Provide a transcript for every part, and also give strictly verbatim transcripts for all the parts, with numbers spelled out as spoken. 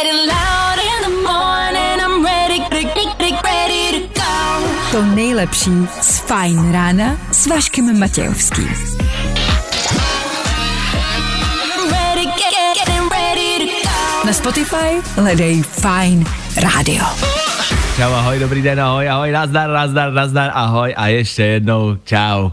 To nejlepší z Fajn rána s Vaškem Matějovským. Na Spotify hledej Fajn rádio. Čau, ahoj, dobrý den, ahoj, ahoj, nazdar, nazdar, nazdar, ahoj a ještě jednou čau.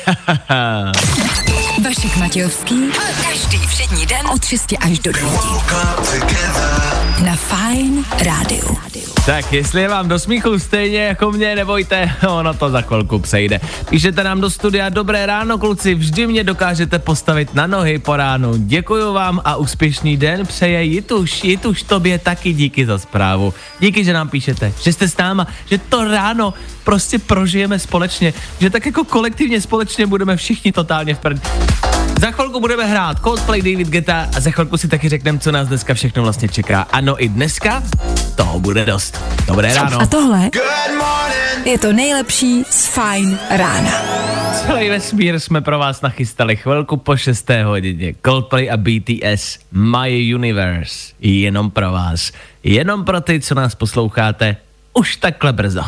Vašek Matějovský každý všední den od šesti až do devíti. Na Fajn rádiu. Tak, jestli je vám do smíchu stejně jako mě, nebojte, ono to za chvilku přejde. Píšete nám do studia, dobré ráno kluci, vždy mě dokážete postavit na nohy po ránu. Děkuju vám a úspěšný den přeje Jituš, Jituš tobě taky díky za zprávu. Díky, že nám píšete, že jste s náma, že to ráno prostě prožijeme společně, že tak jako kolektivně společně budeme všichni totálně v prd. Za chvilku budeme hrát Coldplay, David Guetta a za chvilku si taky řekneme, co nás dneska všechno vlastně čeká. Ano, i dneska toho bude dost. Dobré ráno. A tohle je to nejlepší z Fajn rána. Celý vesmír jsme pro vás nachystali chvilku po šesté hodině. Coldplay a B T S, My Universe, jenom pro vás. Jenom pro ty, co nás posloucháte už takhle brzo.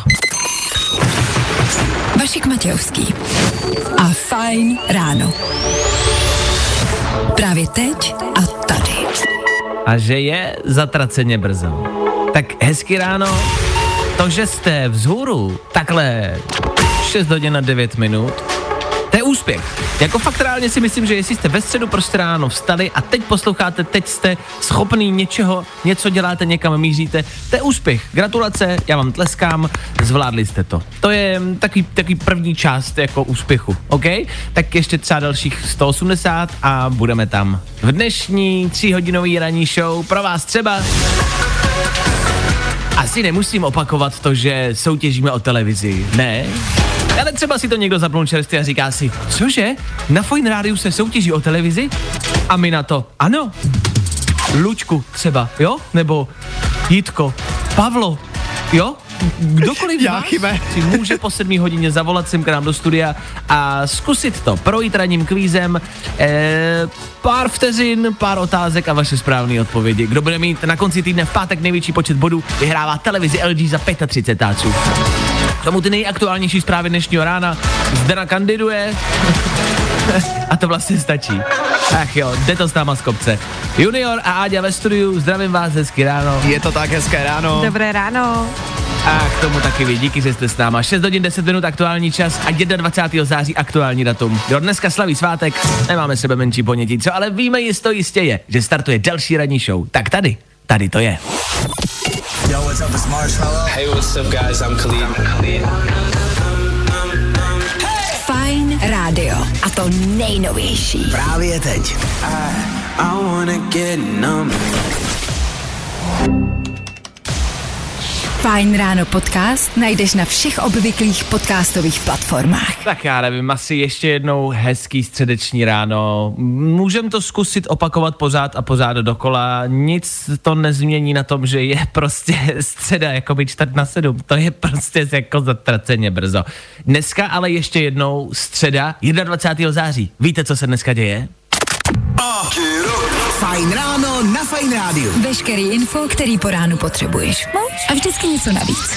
Vašek Matějovský a Fajn ráno. Právě teď a tady. A že je zatraceně brzo. Tak hezky ráno, to, že jste vzhůru takhle šest hodin a devět minut, to je úspěch. Jako fakt reálně si myslím, že jestli jste ve středu prostě ráno vstali a teď posloucháte, teď jste schopný něčeho, něco děláte, někam míříte, to je úspěch. Gratulace, já vám tleskám, zvládli jste to. To je takový, takový první část jako úspěchu, OK? Tak ještě třeba dalších sto osmdesát a budeme tam. V dnešní tříhodinový ranní show pro vás třeba... Asi nemusím opakovat to, že soutěžíme o televizi, ne? Ale třeba si to někdo zapnul čerstvě a říká si, cože? Na Fajn rádiu se soutěží o televizi? A my na to, ano. Lučku třeba, jo? Nebo Jitko, Pavlo, jo? Kdokoliv z vás si může po sedmé hodině zavolat sem k nám do studia a zkusit to, projít ranním kvízem, eh, pár vteřin, pár otázek a vaše správné odpovědi. Kdo bude mít na konci týdne v pátek největší počet bodů, vyhrává televizi L G za třicet pět táců. K tomu ty nejaktuálnější zprávy dnešního rána. Zdena kandiduje a to vlastně stačí. Ach jo, jde to s náma z kopce. Junior a Áďa ve studiu, zdravím vás, hezky ráno. Je to tak, hezké ráno. Dobré ráno. A k tomu taky vy, díky, že jste s náma. šest hodin deset minut aktuální čas a dvacátého prvního září aktuální datum. Jo, dneska slaví svátek, nemáme sebe menší ponětí, co, ale víme jisto jistě je, že startuje další ranní show. Tak tady, tady to je. Yo, what's up, it's Marshmello. Hey, what's up, guys, I'm Khalid. Fajn rádio a to nejnovější. Právě teď. I, I wanna get numb. Fajn ráno podcast najdeš na všech obvyklých podcastových platformách. Tak já nevím, asi ještě jednou hezký středeční ráno. Můžem to zkusit opakovat pořád a pořád dokola. Nic to nezmění na tom, že je prostě středa, jako by čtvrt na sedm. To je prostě jako zatraceně brzo. Dneska ale ještě jednou středa, dvacátého prvního září. Víte, co se dneska děje? Fajn ráno na Fajn rádiu. Veškerý info, který po ránu potřebuješ. No? A vždycky něco navíc.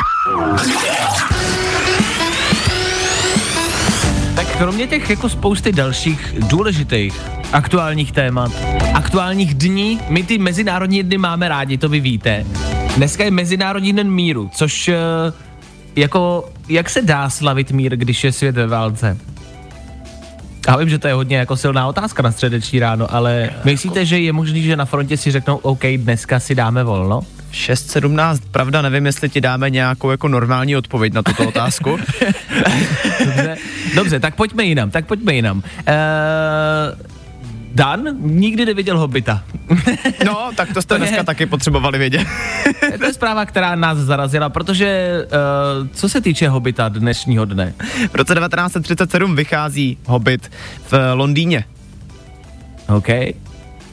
Tak kromě těch jako spousty dalších důležitých aktuálních témat, aktuálních dní, my ty mezinárodní dny máme rádi, to vy víte. Dneska je Mezinárodní den míru, což jako, jak se dá slavit mír, když je svět ve válce? Já vím, že to je hodně jako silná otázka na středeční ráno, ale myslíte, že je možný, že na frontě si řeknou OK, dneska si dáme volno? šest sedmnáct, pravda, nevím, jestli ti dáme nějakou jako normální odpověď na tuto otázku. Dobře, dobře, tak pojďme jinam, tak pojďme jinam. Uh, Dan nikdy neviděl Hobita. No, tak to jste to dneska je, taky potřebovali vědět. To je zpráva, která nás zarazila, protože uh, co se týče Hobita dnešního dne? V roce devatenáct set třicet sedm vychází Hobbit v Londýně. OK.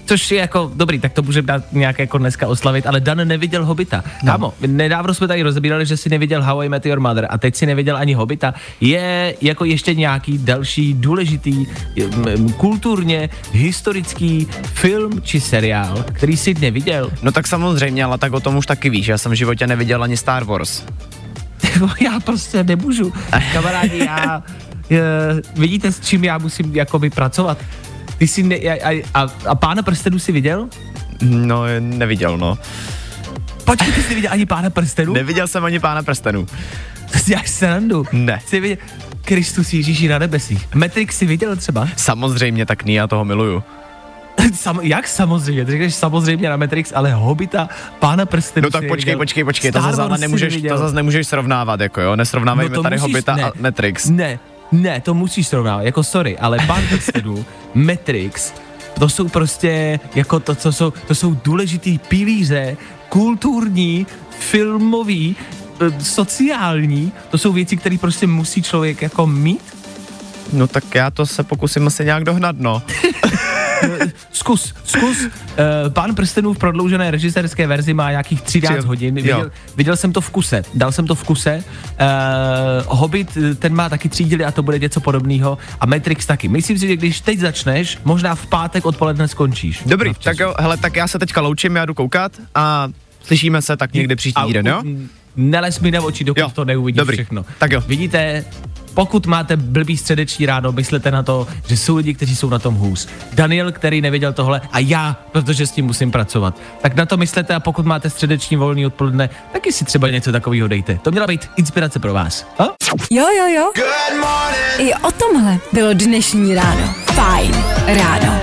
Což je jako, dobrý, tak to můžeme dát nějak jako dneska oslavit, ale Dan neviděl Hobita. No. Kámo, nedávno jsme tady rozebírali, že si neviděl How I Met Your Mother a teď si neviděl ani Hobita. Je jako ještě nějaký další důležitý, m, kulturně historický film či seriál, který jsi neviděl? No tak samozřejmě, ale tak o tom už taky víš, já jsem v životě neviděl ani Star Wars. Já prostě nemůžu. Kamarádi, já, je, vidíte, s čím já musím jakoby pracovat? Ty jsi ne, a, a, a Pána prstenů jsi viděl? No, neviděl, no. Počkej, ty jsi viděl ani Pána prstenů? Neviděl jsem ani Pána prstenů. To si děláš srandu. Ne. Jsi viděl? Kristus Ježíši na nebesích. Matrix si viděl třeba? Samozřejmě, tak já toho miluju. Sam, jak samozřejmě? Ty řekneš samozřejmě na Matrix, ale Hobita, Pána prstenů. No tak počkej, počkej, počkej, to zase nemůžeš, to zase nemůžeš srovnávat, jako jo, nesrovnávejme no tady musíš, Hobita ne, a Matrix. Ne, ne, to musíš srovnávat, jako sorry, ale Pán prstenů, Matrix, to jsou prostě, jako to, to jsou, to jsou důležitý pilíře, kulturní, filmový, sociální, to jsou věci, které prostě musí člověk jako mít. No tak já to se pokusím asi nějak dohnat, no. Zkus, zkus. Uh, Pán prstenů v prodloužené režisérské verzi má nějakých třináct hodin. Viděl, viděl jsem to v kuse, dal jsem to v kuse. Uh, Hobbit, ten má taky tři díly a to bude něco podobného. A Matrix taky. Myslím si, že když teď začneš, možná v pátek odpoledne skončíš. Dobrý, tak jo, hele, tak já se teďka loučím, já jdu koukat a slyšíme se tak někdy příští týden, jo? Nelez mi na oči, dokud jo, to neuvidíš dobrý. Všechno. Tak jo. Vidíte, pokud máte blbý středeční ráno, myslete na to, že jsou lidi, kteří jsou na tom hůř. Daniel, který nevěděl tohle, a já, protože s tím musím pracovat. Tak na to myslete a pokud máte středeční volný odpoledne, taky si třeba něco takového dejte. To měla být inspirace pro vás. A? Jo, jo, jo. I o tomhle bylo dnešní ráno. Fajn ráno.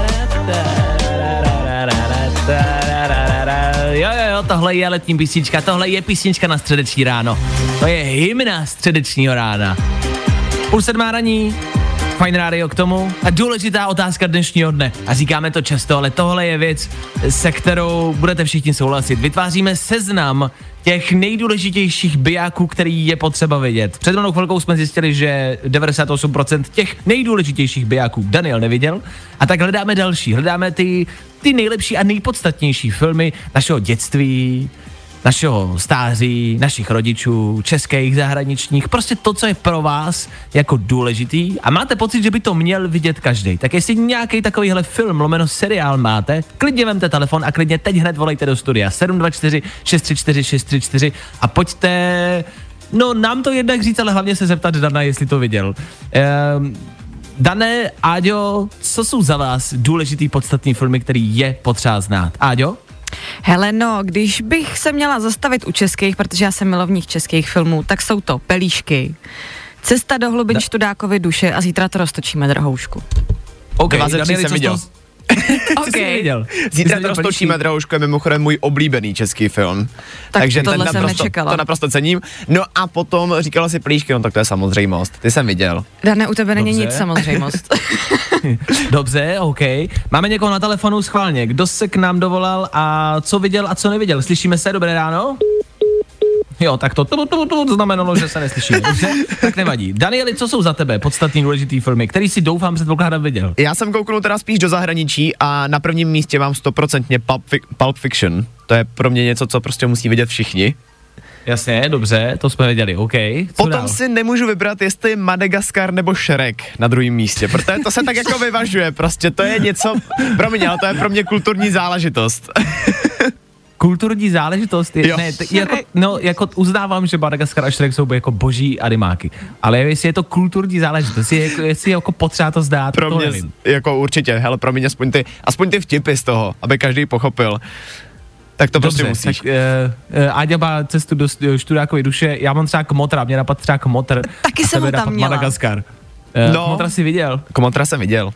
Jo, jo, jo, tohle je letní písnička, tohle je písnička na středeční ráno. To je hymna středečního rána. Půl sedmá raní, Fajn rádio k tomu a důležitá otázka dnešního dne. A říkáme to často, ale tohle je věc, se kterou budete všichni souhlasit. Vytváříme seznam těch nejdůležitějších bijáků, který je potřeba vědět. Před mnou chvilkou jsme zjistili, že devadesát osm procent těch nejdůležitějších bijáků Daniel neviděl. A tak hledáme další, hledáme ty, ty nejlepší a nejpodstatnější filmy našeho dětství, našeho stáří, našich rodičů, českých, zahraničních, prostě to, co je pro vás jako důležitý a máte pocit, že by to měl vidět každý. Tak jestli nějaký takovýhle film, lomeno seriál máte, klidně vemte telefon a klidně teď hned volejte do studia sedm dva čtyři šest tři čtyři šest tři čtyři a pojďte, no nám to jednak říct, ale hlavně se zeptat Dana, jestli to viděl. Ehm, Dané, Áďo, co jsou za vás důležitý podstatný filmy, který je potřeba znát? Áďo? Hele, no, když bych se měla zastavit u českých, protože já jsem milovník českých filmů, tak jsou to Pelíšky, Cesta do hlubin Študákovy duše a Zítra to roztočíme, drahoušku. OK, dva ze tří jsem viděl. Okay. Zítra to roztočíme, drahoušku je mimochodem můj oblíbený český film. Tak takže tohle ten jsem naprosto, nečekala. to naprosto cením. No a potom říkala si Pelíšky, no tak to je samozřejmost. Ty jsem viděl. Dané, u tebe není Dobře. nic samozřejmost. Dobře, OK. Máme někoho na telefonu schválně. Kdo se k nám dovolal a co viděl a co neviděl? Slyšíme se? Dobré ráno? Jo, tak to, to, to, to znamenalo, že se neslyšíme. Dobře? Tak nevadí. Danieli, co jsou za tebe podstatný důležitý filmy, který si doufám předpokládám viděl? Já jsem kouknul teda spíš do zahraničí a na prvním místě mám stoprocentně Pulp, Fi- Pulp Fiction. To je pro mě něco, co prostě musí vidět všichni. Jasně, dobře, to jsme věděli, OK. Co Potom dál? si nemůžu vybrat, jestli Madagaskar nebo Shrek na druhém místě, protože to se tak jako vyvažuje, prostě to je něco, pro mě, ale to je pro mě kulturní záležitost. Kulturní záležitost je, Jo. ne, t- jako, no, jako uznávám, že Madagaskar a Shrek jsou jako boží animáky, ale jestli je to kulturní záležitost, je jako, jestli je jako potřeba to zdát, Pro to mě, nevím. jako určitě, hele, pro mě aspoň ty, aspoň ty vtipy z toho, aby každý pochopil. Tak to Dobře, prostě musíš. tak uh, uh, Áďa má cestu do, do Študákovy duše, já mám třeba Kmotra, mě napadl třeba Kmotr. Taky a jsem tebe ho tam napadl měla. Madagaskar. Uh, No. Kmotra si viděl? Kmotra jsem viděl.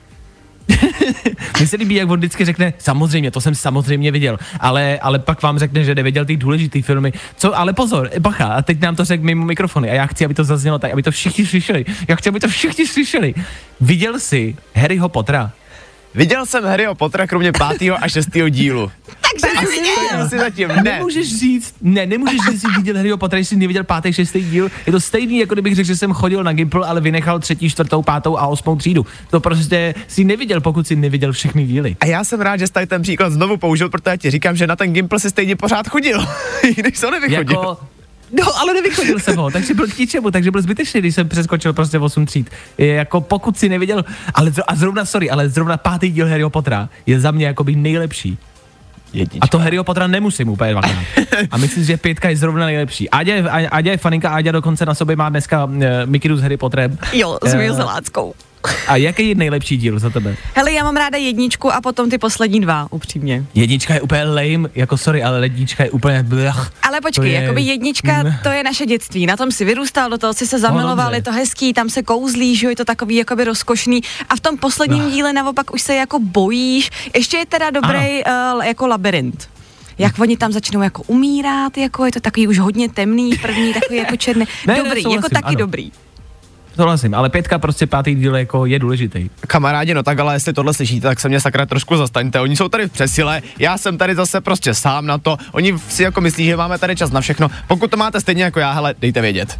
Mně se líbí, jak on vždycky řekne, samozřejmě, to jsem samozřejmě viděl, ale, ale pak vám řekne, že neviděl ty důležitý filmy. Co, ale pozor, bacha, a teď nám to řekl mimo mikrofony a já chci, aby to zaznělo tak, aby to všichni slyšeli. Já chci, aby to všichni slyšeli. Viděl jsi Harryho Pottera? Viděl jsem Harryho Pottera kromě pátého a šestého dílu. Tak Takže si zatím ne. Nemůžeš říct, ne, nemůžeš říct, že jsi viděl Harryho Pottera, že jsi neviděl pátý, šestý díl. Je to stejný, jako kdybych řekl, že jsem chodil na Gimpl, ale vynechal třetí, čtvrtou, pátou a osmou třídu. To prostě si neviděl, pokud si neviděl všechny díly. A já jsem rád, že jsi tady ten příklad znovu použil, protože já ti říkám, že na ten Gimpl si stejně pořád chodil, i když se nevychodil. Jako, no, ale nevychodil jsem ho, takže byl k ničemu, takže byl zbytečný, když jsem přeskočil prostě osm tříd. Je jako pokud si neviděl, ale a zrovna, sorry, ale zrovna pátý díl Harryho Pottera je za mě jakoby nejlepší. Jednička. A to Harryho Pottera nemusím úplně dvakrát. A myslím, že pětka je zrovna nejlepší. Aďa je, Aďa je faninka, Aďa dokonce na sobě má dneska uh, Mikidu s Harry Potterem. Jo, s uh, Zeláckou. A jaký je nejlepší díl za tebe? Hele, já mám ráda jedničku a potom ty poslední dva, upřímně. Jednička je úplně lame, jako sorry, ale lednička je úplně blach. Ale počkej, je... jakoby jednička, to je naše dětství, na tom si vyrůstal, do toho si se zamiloval, je to hezký, tam se kouzlí, že je to takový jakoby rozkošný a v tom posledním no. díle naopak už se jako bojíš, ještě je teda dobrý uh, jako labyrint. Jak oni tam začnou jako umírat, jako je to takový už hodně temný, první takový jako černý, ne, dobrý, ne, jako taky ano. dobrý. Souhlasím, ale pětka prostě pátý díl jako je důležitý. Kamarádi, no tak ale jestli tohle slyšíte, tak se mě sakra trošku zastaňte. Oni jsou tady v přesile, já jsem tady zase prostě sám na to. Oni si jako myslí, že máme tady čas na všechno. Pokud to máte stejně jako já, hele, dejte vědět.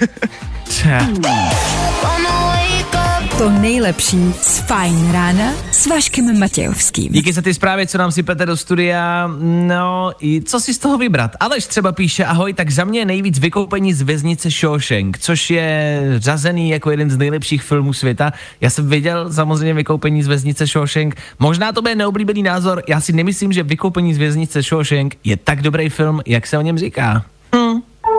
To nejlepší z Fajn rána s Vaškem Matějovským. Díky za ty zprávy, co nám sypete do studia. No, i co si z toho vybrat? Aleš třeba píše, ahoj, tak za mě je nejvíc Vykoupení z věznice Shawshank, což je řazený jako jeden z nejlepších filmů světa. Já jsem viděl samozřejmě Vykoupení z věznice Shawshank. Možná to bude neoblíbený názor, já si nemyslím, že Vykoupení z věznice Shawshank je tak dobrý film, jak se o něm říká. Hm.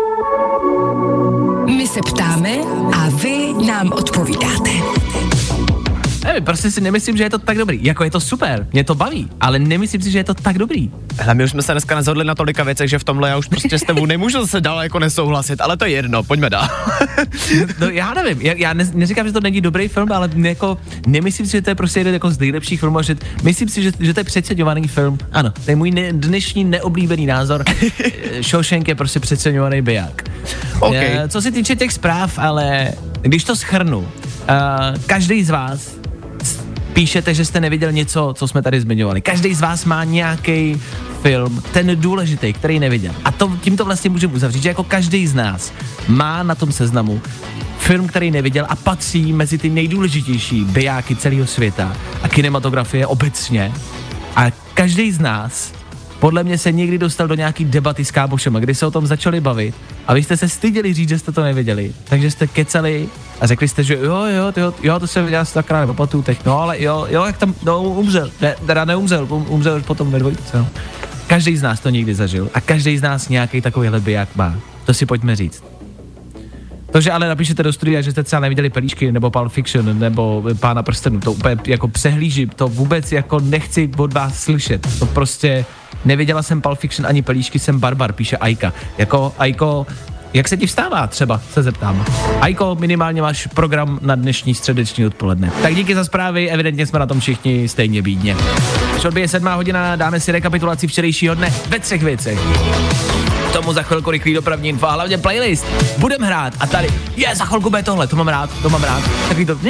My se ptáme a vy nám odpovídáte. Nevím, prostě si nemyslím, že je to tak dobrý. Jako je to super, mě to baví, ale nemyslím si, že je to tak dobrý. Hele, my už jsme se dneska nezhodli na tolika věcech, že v tomhle já už prostě s tebou nemůžu se dál jako nesouhlasit, ale to je jedno, pojďme dál. No já nevím, já, já ne, neříkám, že to není dobrý film, ale jako nemyslím si, že to je prostě jeden jako z nejlepších filmů, že myslím si, že, že to je přeceňovaný film. Ano, to je můj ne, dnešní neoblíbený názor. Shawshank je prostě přeceňovaný biják. Okay. Co se týče těch zpráv, ale když to shrnu, uh, každý z vás píšete, že jste neviděl něco, co jsme tady zmiňovali. Každý z vás má nějaký film, ten důležitý, který neviděl. A to, tím to vlastně můžeme uzavřít, že jako každý z nás má na tom seznamu film, který neviděl a patří mezi ty nejdůležitější bijáky celého světa a kinematografie obecně. A každý z nás podle mě se někdy dostal do nějaký debaty s kámošema, kdy se o tom začali bavit a vy jste se styděli říct, že jste to neviděli. Takže jste kecali a řekli jste, že jo, jo, jo, jo to jsem viděl takrát nepamatuju teď, no ale jo, jo, jak tam, no umřel, ne, teda neumřel, um, umřel potom ve dvojice, no. Každý z nás to někdy zažil a každý z nás nějaký takovýhle biják má. To si pojďme říct. To, že ale napíšete do studia, že jste třeba neviděli Pelíšky nebo Pulp Fiction nebo Pána prstenů, to úplně jako přehlížím, to vůbec jako nechci od vás slyšet. To prostě neviděla jsem Pulp Fiction ani Pelíšky, jsem barbar, píše Ajka. Jako Ajko, jak se ti vstává třeba, se zeptám. Ajko, minimálně máš program na dnešní středeční odpoledne. Tak díky za zprávy, evidentně jsme na tom všichni stejně bídně. Až odbije sedmá hodina, dáme si rekapitulaci včerejšího dne ve třech věcech. Tomu za chvilku rychlý dopravní info a hlavně playlist. Budem hrát a tady, je, za chvilku bude tohle, to mám rád, to mám rád. Takový to,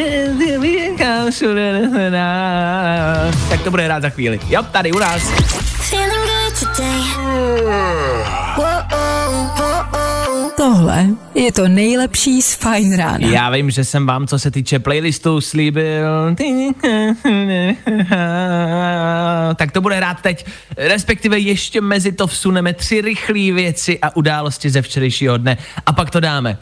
tak to bude hrát za chvíli. Jo, tady u nás. Tohle je to nejlepší z Fajn rána. Já vím, že jsem vám, co se týče playlistu, slíbil. Tak to bude hrát teď. Respektive ještě mezi to vsuneme tři rychlé věci a události ze včerejšího dne. A pak to dáme.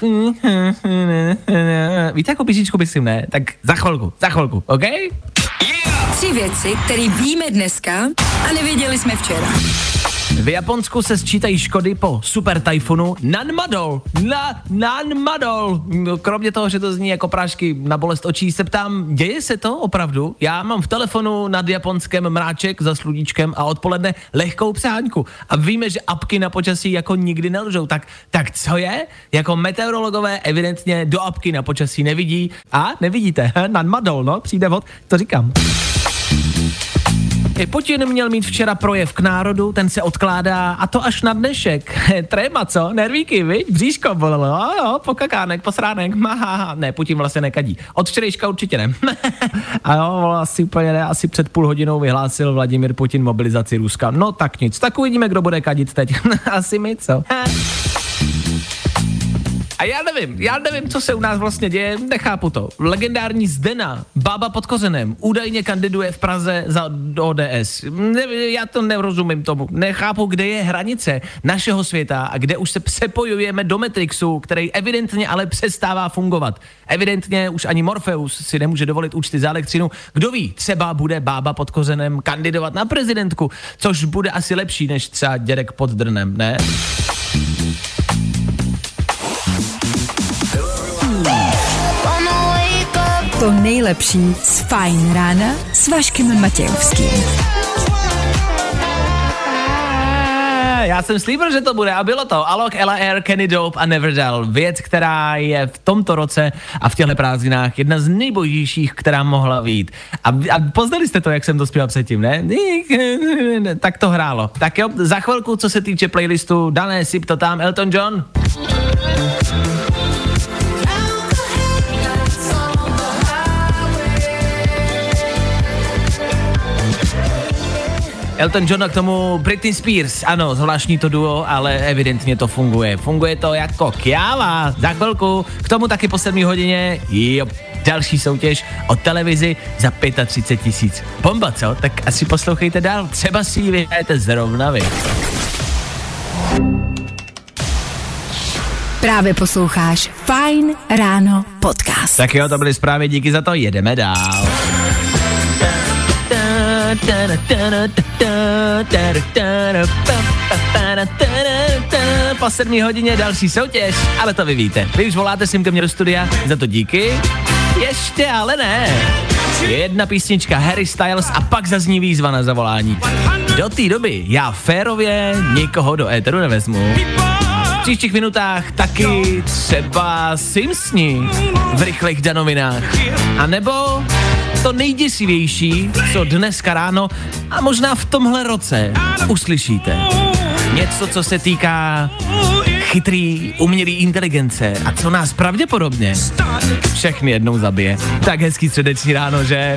Víte, jako písničku myslím, ne? Tak za chvilku, za chvilku, OK? Tři věci, které víme dneska a nevěděli jsme včera. V Japonsku se sčítají škody po super tajfunu Nanmadol. Na, Nanmadol. Kromě toho, že to zní jako prášky na bolest očí, se ptám, děje se to opravdu? Já mám v telefonu nad Japonskem mráček za sluníčkem a odpoledne lehkou přáňku. A víme, že apky na počasí jako nikdy nelžou. Tak, tak co je? Jako meteorologové evidentně do apky na počasí nevidí. A nevidíte. Nanmadol, no, přijde vod, to říkám. I Putin měl mít včera projev k národu, ten se odkládá a to až na dnešek. Tréma, co? Nervíky, viď? Bříško bolelo, jo, jo, pokakánek, posránek, maha, ne, Putin vlastně nekadí. Od včerejška určitě ne. A jo, asi úplně ne, asi před půl hodinou vyhlásil Vladimír Putin mobilizaci Ruska. No tak nic, tak uvidíme, kdo bude kadit teď. Asi my, co? A já nevím, já nevím, co se u nás vlastně děje, nechápu to. Legendární Zdena, bába pod kořenem, údajně kandiduje v Praze za O D S. Ne, já to nerozumím tomu, nechápu, kde je hranice našeho světa a kde už se přepojujeme do Matrixu, který evidentně ale přestává fungovat. Evidentně už ani Morpheus si nemůže dovolit účty za elektřinu. Kdo ví, třeba bude bába pod kořenem kandidovat na prezidentku, což bude asi lepší než třeba dědek pod drnem, ne? To nejlepší z Fajn rána s Vaškem Matějovským. Já jsem slíbil, že to bude a bylo to. Alok, Ella Air, Kenny Dope a Neverdal. Věc, která je v tomto roce a v těchto prázdninách jedna z nejbožnějších, která mohla vyjít. A, a poznali jste to, jak jsem to zpíval předtím, ne? Tak to hrálo. Tak jo, za chvilku, co se týče playlistu, dané sip to tam, Elton John. Elton John a k tomu Britney Spears, ano, zvláštní to duo, ale evidentně to funguje. Funguje to jako kjáva. Za chvilku, k tomu taky po sedmé hodině, jo, další soutěž o televizi za třicet pět tisíc. Bomba, co? Tak asi poslouchejte dál, třeba si ji vyhrajete zrovna vy. Právě posloucháš Fajn ráno podcast. Tak jo, to byly zprávy, díky za to, jedeme dál. Po sedmé hodině další soutěž, ale to vy víte. Vy už voláte sem ke mně do studia, za to díky. Ještě ale ne. Jedna písnička Harry Styles a pak zazní výzva na zavolání. Do té doby já férově nikoho do éteru nevezmu. V příštích minutách taky třeba Simpsoni v rychlých danovinách. A nebo to nejděsivější, co dneska ráno a možná v tomhle roce uslyšíte. Něco, co se týká chytrý, umělý inteligence a co nás pravděpodobně všechny jednou zabije. Tak hezký středeční ráno, že?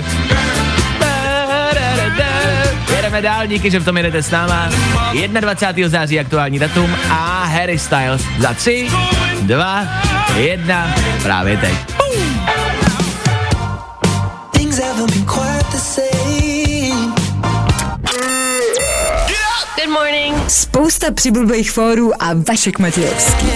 Jedeme dál, díky, že v tom jedete s náma. dvacátého prvního září aktuální datum a Harry Styles za tři, dva, jedna, právě teď. Good morning. Spousta přibulbých fórů a Vašek Matějovský.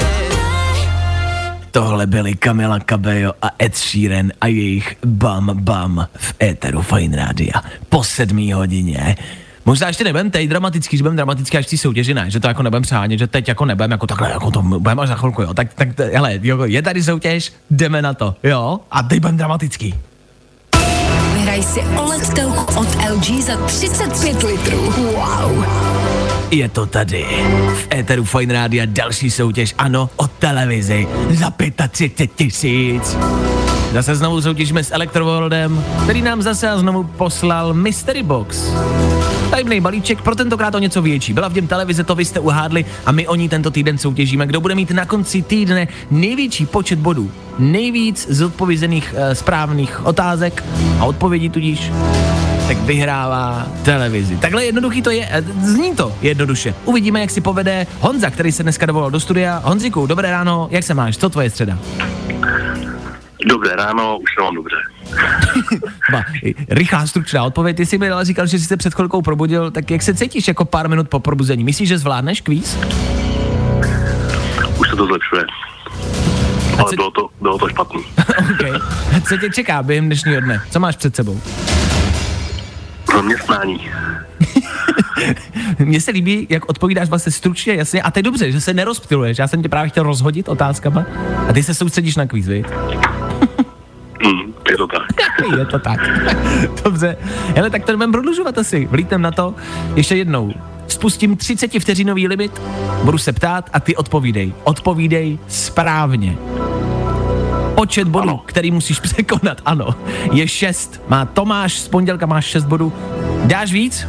Tohle byli Camila Cabello a Ed Sheeran a jejich Bam Bam v éteru Fajn rádia po sedmý hodině. Možná ještě nebudem teď dramatický, že budem dramatický až tí soutěži, ne, že to jako nebudem přánět, že teď jako nebudem jako takhle, jako to budeme až za chvilku, jo. Tak, tak, hele, jo, je tady soutěž, jdeme na to, jo, a teď budem dramatický. Vyhraj si O L E D telku od L G za třicet pět litrů. Wow. Je to tady. V éteru Fajn rádia další soutěž, ano, o televizi za třicet pět tisíc. Zase znovu soutěžíme s Electroworldem, který nám zase a znovu poslal Mystery Box. Tajemný balíček, pro tentokrát o něco větší. Byla v něm televize, to vy jste uhádli a my o ní tento týden soutěžíme. Kdo bude mít na konci týdne největší počet bodů, nejvíc zodpovězených e, správných otázek a odpovědí tudíž, tak vyhrává televizi. Takhle jednoduchý to je, zní to jednoduše. Uvidíme, jak si povede Honza, který se dneska dovolal do studia. Honziku, dobré ráno, jak se máš, co tvoje středa? Dobré ráno, už se mám dobře. Ba, rychlá stručná odpověď, ty jsi mi ale říkal, že jsi se před chvilkou probudil, tak jak se cítíš jako pár minut po probuzení? Myslíš, že zvládneš kvíz? Už se to zlepšuje. Ale co... bylo, to, bylo to špatný. Okay. Co tě čeká během dnešního dne? Co máš před sebou? Zaměstnání. Mně se líbí, jak odpovídáš vlastně stručně, jasně, a to je dobře, že se nerozptyluješ. Já jsem tě právě chtěl rozhodit otázkama a ty se soustředíš na kvíz, viď? Mm, je to tak. Je to tak. Dobře. Hele, tak to nebudeme prodlužovat asi. Vlítnem na to. Ještě jednou. Spustím třicet vteřinový limit, budu se ptát a ty odpovídej. Odpovídej správně. Počet bodů, ano, který musíš překonat, ano, je šest. Má Tomáš z pondělka, máš šest bodů. Dáš víc?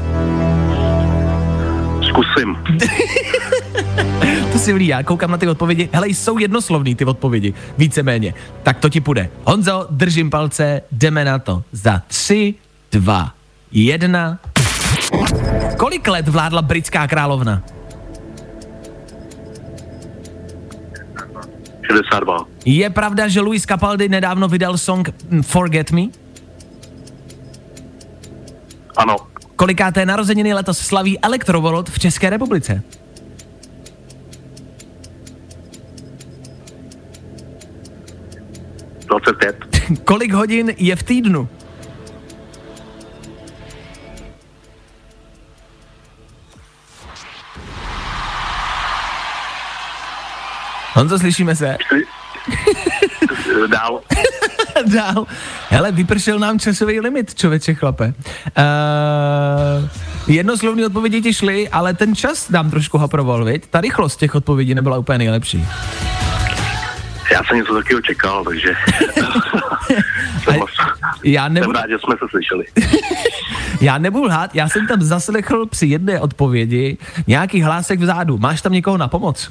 Zkusím. To si vlí, já koukám na ty odpovědi. Hele, jsou jednoslovný ty odpovědi, víceméně. Tak to ti půjde. Honzo, držím palce, jdeme na to. Za tři, dva, jedna. Kolik let vládla britská královna? šedesát dva. Je pravda, že Luis Capaldi nedávno vydal song Forget Me? Ano. Kolikáté narozeniny letos slaví Electroworld v České republice? dvacet pět. Kolik hodin je v týdnu? Honzo, slyšíme se? Dál. Dál. Hele, vypršel nám časový limit, člověče chlape. Uh, jednoslovní odpovědi ti šly, ale ten čas nám trošku haproval, viď? Ta rychlost těch odpovědí nebyla úplně nejlepší. Já jsem něco takového čekal, takže jsem, já nebudu... jsem rád, že jsme se slyšeli. Já nebudu lhát, já jsem tam zaslechl při jedné odpovědi nějaký hlásek vzadu. Máš tam někoho na pomoc?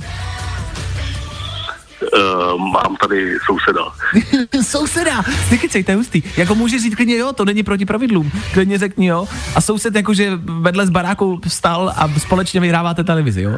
Uh, mám tady souseda. Souseda, nekecej, to je hustý. Jako můžeš říct klidně jo, to není proti pravidlům. Klidně řekni jo. A soused jakože vedle z baráku vstal a společně vyhráváte televizi, jo?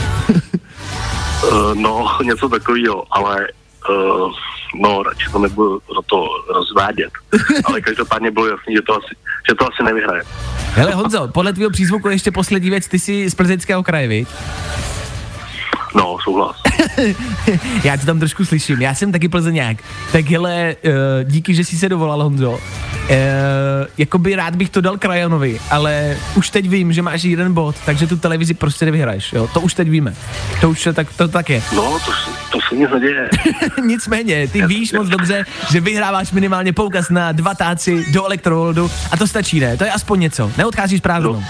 uh, no, něco takového, ale uh, no, radši to nebudu na to rozvádět. Ale každopádně bylo jasný, že to asi, že to asi nevyhraje. Hele Honzo, podle tvýho přízvuku ještě poslední věc, ty jsi z Plzeňského kraje, viď? No, souhlas. Já tě tam trošku slyším, já jsem taky Plzeňák. Tak hele, uh, díky, že jsi se dovolal, Honzo. Uh, jakoby rád bych to dal Krajanovi, ale už teď vím, že máš jeden bod, takže tu televizi prostě nevyhraješ, jo? To už teď víme. To už tak, to tak je. No, to, to se nic neděje. Nicméně, ty víš moc dobře, že vyhráváš minimálně poukaz na dva táci do Electroworldu a to stačí, ne? To je aspoň něco, neodcházíš prázdnou. No.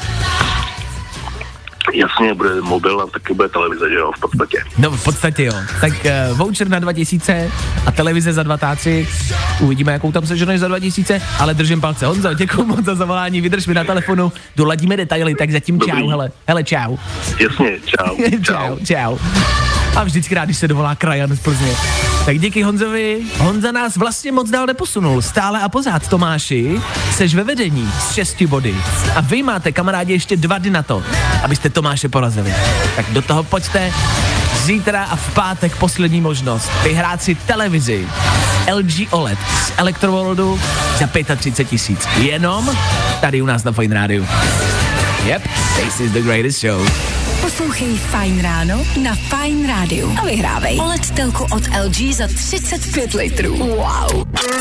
Jasně, bude mobil a taky bude televize, že jo, v podstatě. No, v podstatě jo. Tak uh, voucher na dva tisíce a televize za dva táci. Uvidíme, jakou tam seženeš za dva tisíce, ale držím palce. Honzo, děkuju moc za zavolání, vydrž mi na telefonu, doladíme detaily, tak zatím Dobrý. Čau, hele. Hele, čau. Jasně, čau. Čau, čau. A vždycky rád, když se dovolá Krajan z Plzně. Tak díky Honzovi. Honza nás vlastně moc dál neposunul. Stále a pořád, Tomáši, seš ve vedení s šesti body. A vy máte, kamarádi, ještě dva dny na to, abyste Tomáše porazili. Tak do toho pojďte. Zítra a v pátek poslední možnost vyhrát si televizi L G O L E D z Electroworldu za třicet pět tisíc. Jenom tady u nás na Fajn rádiu. Yep, this is the greatest show. Poslouchej Fajn ráno na Fajn rádiu a vyhrávej O L E D telku od L G za třicet pět litrů. Wow.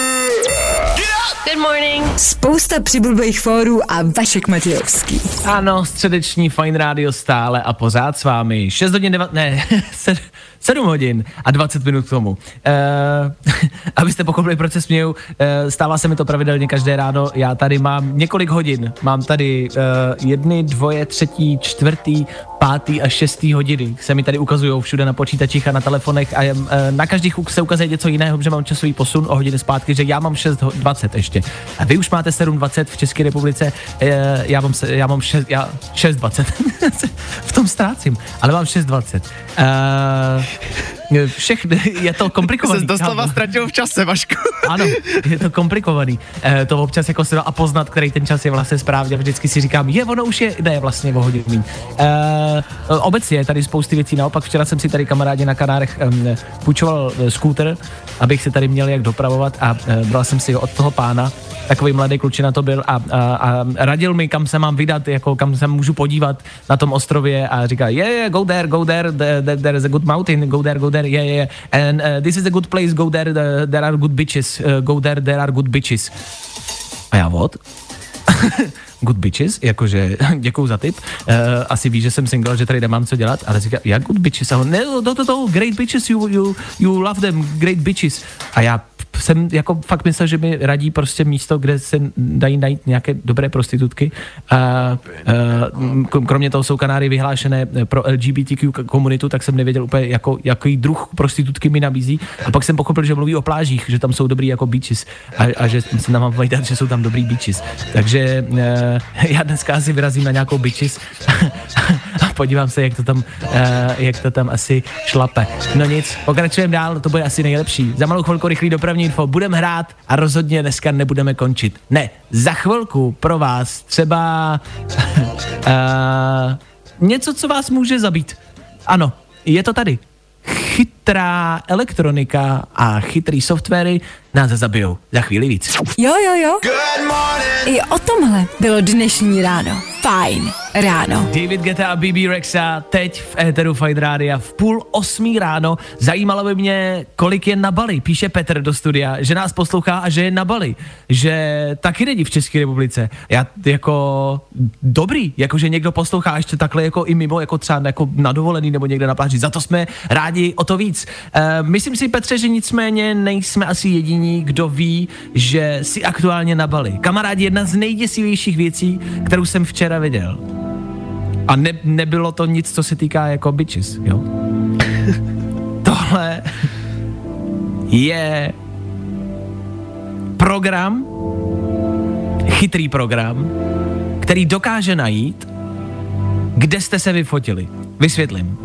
Good morning. Spousta přibulbých fórů a Vašek Matějovský. Ano, středeční Fajn rádio stále a pořád s vámi. šest hodin, deva, ne, sedm hodin a dvacet minut k tomu. Uh, abyste pochopili, proč se směju, uh, stává se mi to pravidelně každé ráno. Já tady mám několik hodin. Mám tady uh, jedny, dvoje, třetí, čtvrtý, pátý a šestý hodiny. Se mi tady ukazujou všude na počítačích a na telefonech a uh, na každých se ukazuje něco jiného, že mám časový posun o hodiny zpátky, že já mám šest dvacet ještě. A vy už máte sedm dvacet v České republice, uh, já mám, já mám šest, já, šest dvacet. V tom ztrácím, ale mám šest dvacet. Uh, Všechny, je to komplikovaný. Jsi doslova ztratil v čase, Vašku. Ano, je to komplikovaný. E, to občas jako se dá a poznat, který ten čas je vlastně správně. Vždycky si říkám, je, ono už je, ne, vlastně o hodinu míň. E, obecně je tady spousty věcí. Naopak včera jsem si tady kamarádi na Kanárech e, půjčoval e, skúter, abych se tady měl jak dopravovat a e, bral jsem si ho od toho pána. Takový mladý klučina to byl a, a, a radil mi, kam se mám vydat, jako kam se můžu podívat na tom ostrově a říká, yeah, yeah, go there, go there, there, there is a good mountain, go there, go there, yeah, yeah, and uh, this is a good place, go there, the, there are good bitches, uh, go there, there are good bitches. A já what? Good bitches, jakože děkuju za tip. Uh, asi ví, že jsem single, že tady nemám co dělat, ale říká, jak good bitches? A on, ne, to, to, to, great bitches, you, you, you love them, great bitches. A já jsem jako fakt myslel, že mi radí prostě místo, kde se dají najít nějaké dobré prostitutky. A, a, kromě toho jsou Kanáry vyhlášené pro L G B T Q komunitu, tak jsem nevěděl úplně, jako, jaký druh prostitutky mi nabízí. A pak jsem pochopil, že mluví o plážích, že tam jsou dobrý jako beaches a, a že se nám mám povídat, že jsou tam dobrý beaches. Takže uh, já dneska asi vyrazím na nějakou beaches a podívám se, jak to tam, uh, jak to tam asi šlape. No nic, pokračujeme dál, to bude asi nejlepší. Za malou chvilku rychlý dopravní info, budeme hrát a rozhodně dneska nebudeme končit. Ne, za chvilku pro vás třeba uh, něco, co vás může zabít. Ano, je to tady. Chytrá elektronika a chytrý softwary nás zabijou. Za chvíli víc. Jo, jo, jo. I o tomhle bylo dnešní ráno. Fajn ráno. David Guetta a B B Rexa teď v éteru Fajn rádia v půl osmí ráno. Zajímalo by mě, kolik je na Bali. Píše Petr do studia, že nás poslouchá a že je na Bali. Že taky není v České republice. Já jako dobrý, jakože někdo poslouchá ještě takhle jako i mimo, jako třeba jako na dovolený nebo někde na pláži. Za to jsme rádi o to víc. E, myslím si, Petře, že nicméně nejsme asi jediní, kdo ví, že jsi aktuálně na Bali. Kamarádi, jedna z nejděsivějších věcí, kterou jsem včera viděl. A ne, nebylo to nic, co se týká jako bitches, jo? Tohle je program, chytrý program, který dokáže najít, kde jste se vyfotili. Vysvětlím.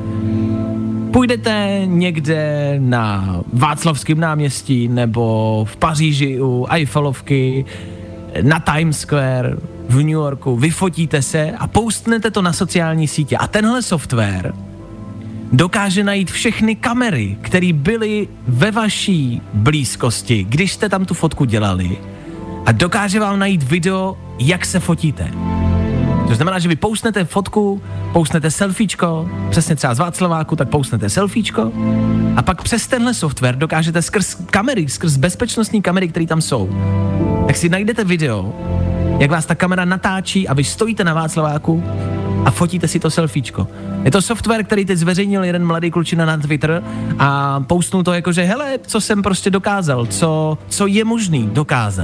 Půjdete někde na Václavském náměstí nebo v Paříži u Eiffelovky, na Times Square, v New Yorku, vyfotíte se a postnete to na sociální sítě. A tenhle software dokáže najít všechny kamery, které byly ve vaší blízkosti, když jste tam tu fotku dělali, a dokáže vám najít video, jak se fotíte. To znamená, že vy postnete fotku, postnete selfiečko, přesně třeba z Václaváku, tak postnete selfiečko a pak přes tenhle software dokážete skrz kamery, skrz bezpečnostní kamery, které tam jsou, tak si najdete video, jak vás ta kamera natáčí a vy stojíte na Václaváku a fotíte si to selfiečko. Je to software, který teď zveřejnil jeden mladý klučina na Twitter a postnul to jako, že hele, co jsem prostě dokázal, co, co je možný dokázat.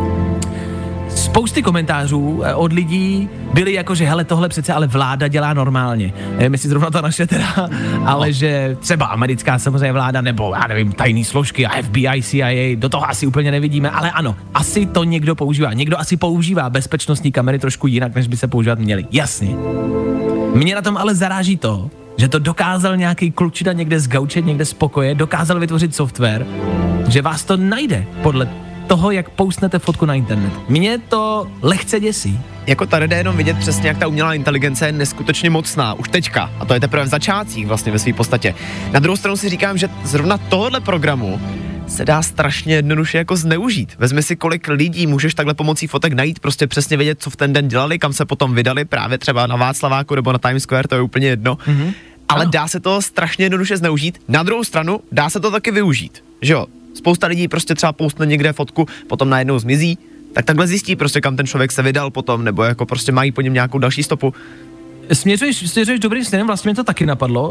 Spousty komentářů od lidí byly jako, že hele, tohle přece ale vláda dělá normálně. Nevím, jestli zrovna ta naše teda, ale že třeba americká samozřejmě vláda, nebo já nevím, tajný složky a F B I, C I A, do toho asi úplně nevidíme, ale ano, asi to někdo používá. Někdo asi používá bezpečnostní kamery trošku jinak, než by se používat měly. Jasně. Mě na tom ale zaráží to, že to dokázal nějaký klučina někde z gauče, někde z pokoje, dokázal vytvořit software, že vás to najde podle toho, jak postnete fotku na internet. Mě to lehce děsí. Jako tady jde jenom vidět přesně, jak ta umělá inteligence je neskutečně mocná, už teďka. A to je teprve v začátcích vlastně ve své podstatě. Na druhou stranu si říkám, že zrovna tohohle programu se dá strašně jednoduše jako zneužít. Vezmi si, kolik lidí můžeš takhle pomocí fotek najít, prostě přesně vědět, co v ten den dělali, kam se potom vydali, právě třeba na Václaváku nebo na Times Square, to je úplně jedno. Mm-hmm. Ale ano. Dá se to strašně jednoduše zneužít. Na druhou stranu dá se to taky využít, že jo? Spousta lidí prostě třeba postne někde fotku, potom najednou zmizí, tak takhle zjistí prostě, kam ten člověk se vydal potom, nebo jako prostě mají po něm nějakou další stopu. Směřuješ, směřuješ dobrým směrem, vlastně mě to taky napadlo. Uh...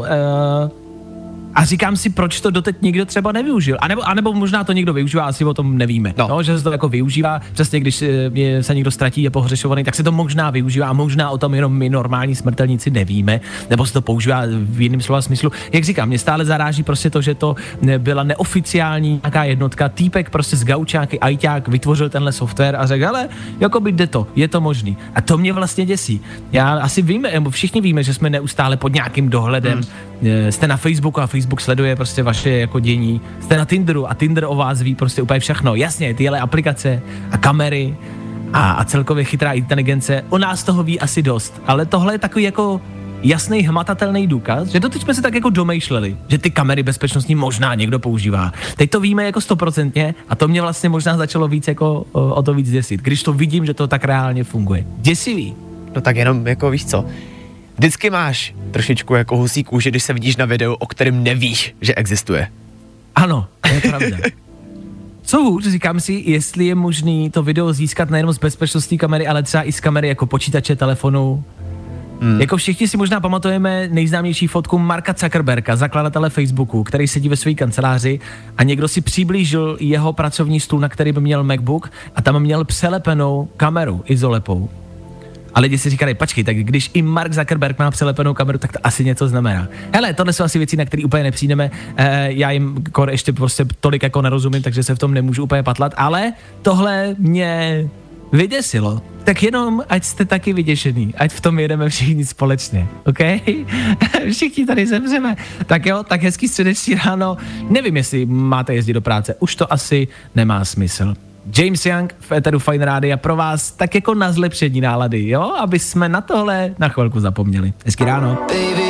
A říkám si, proč to doteď nikdo třeba nevyužil. A nebo, a nebo možná to někdo využívá, asi o tom nevíme. No. No, že se to jako využívá, přesně když je, se někdo ztratí, je pohřešovaný, tak se to možná využívá a možná o tom jenom my normální smrtelníci nevíme, nebo se to používá v jiném slova smyslu. Jak říkám, mě stále zaráží prostě to, že to byla neoficiální nějaká jednotka, týpek prostě z gaučáky, ajťák vytvořil tenhle software a řekl, ale jako by jde to, je to možný. A to mě vlastně děsí. Já asi víme, všichni víme, že jsme neustále pod nějakým dohledem. Hmm. Jste na Facebooku a Facebook sleduje prostě vaše jako dění. Jste na Tinderu a Tinder o vás ví prostě úplně všechno. Jasně, tyhle aplikace a kamery a, a celkově chytrá inteligence, o nás toho ví asi dost. Ale tohle je takový jako jasný, hmatatelný důkaz, že doteď jsme se tak jako domýšleli, že ty kamery bezpečnostní možná někdo používá. Teď to víme jako stoprocentně a to mě vlastně možná začalo víc jako o, o to víc děsit, když to vidím, že to tak reálně funguje. Děsivý. No tak jenom jako víš co, vždycky máš trošičku jako husí kůži, když se vidíš na videu, o kterém nevíš, že existuje. Ano, to je pravda. Co hůř, říkám si, jestli je možný to video získat nejenom z bezpečnostní kamery, ale třeba i z kamery jako počítače, telefonu, Hmm. Jako všichni si možná pamatujeme nejznámější fotku Marka Zuckerberga, zakladatele Facebooku, který sedí ve své kanceláři a někdo si přiblížil jeho pracovní stůl, na který by měl MacBook a tam měl přelepenou kameru izolepou. A lidi si říkali, počkej, tak když i Mark Zuckerberg má přelepenou kameru, tak to asi něco znamená. Hele, tohle jsou asi věci, na které úplně nepřijdeme. E, já jim ještě prostě tolik jako nerozumím, takže se v tom nemůžu úplně patlat, ale tohle mě vyděsilo. Tak jenom, ať jste taky vyděšený, ať v tom jedeme všichni společně, OK? Všichni tady zemřeme. Tak jo, tak hezký středeční ráno. Nevím, jestli máte jezdit do práce, už to asi nemá smysl. James Young v éteru Fajn Rádia pro vás tak jako na zlepšení nálady, jo? Aby jsme na tohle na chvilku zapomněli. Hezký ráno.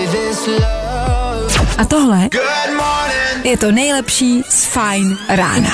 A tohle je to nejlepší z Fajn rána.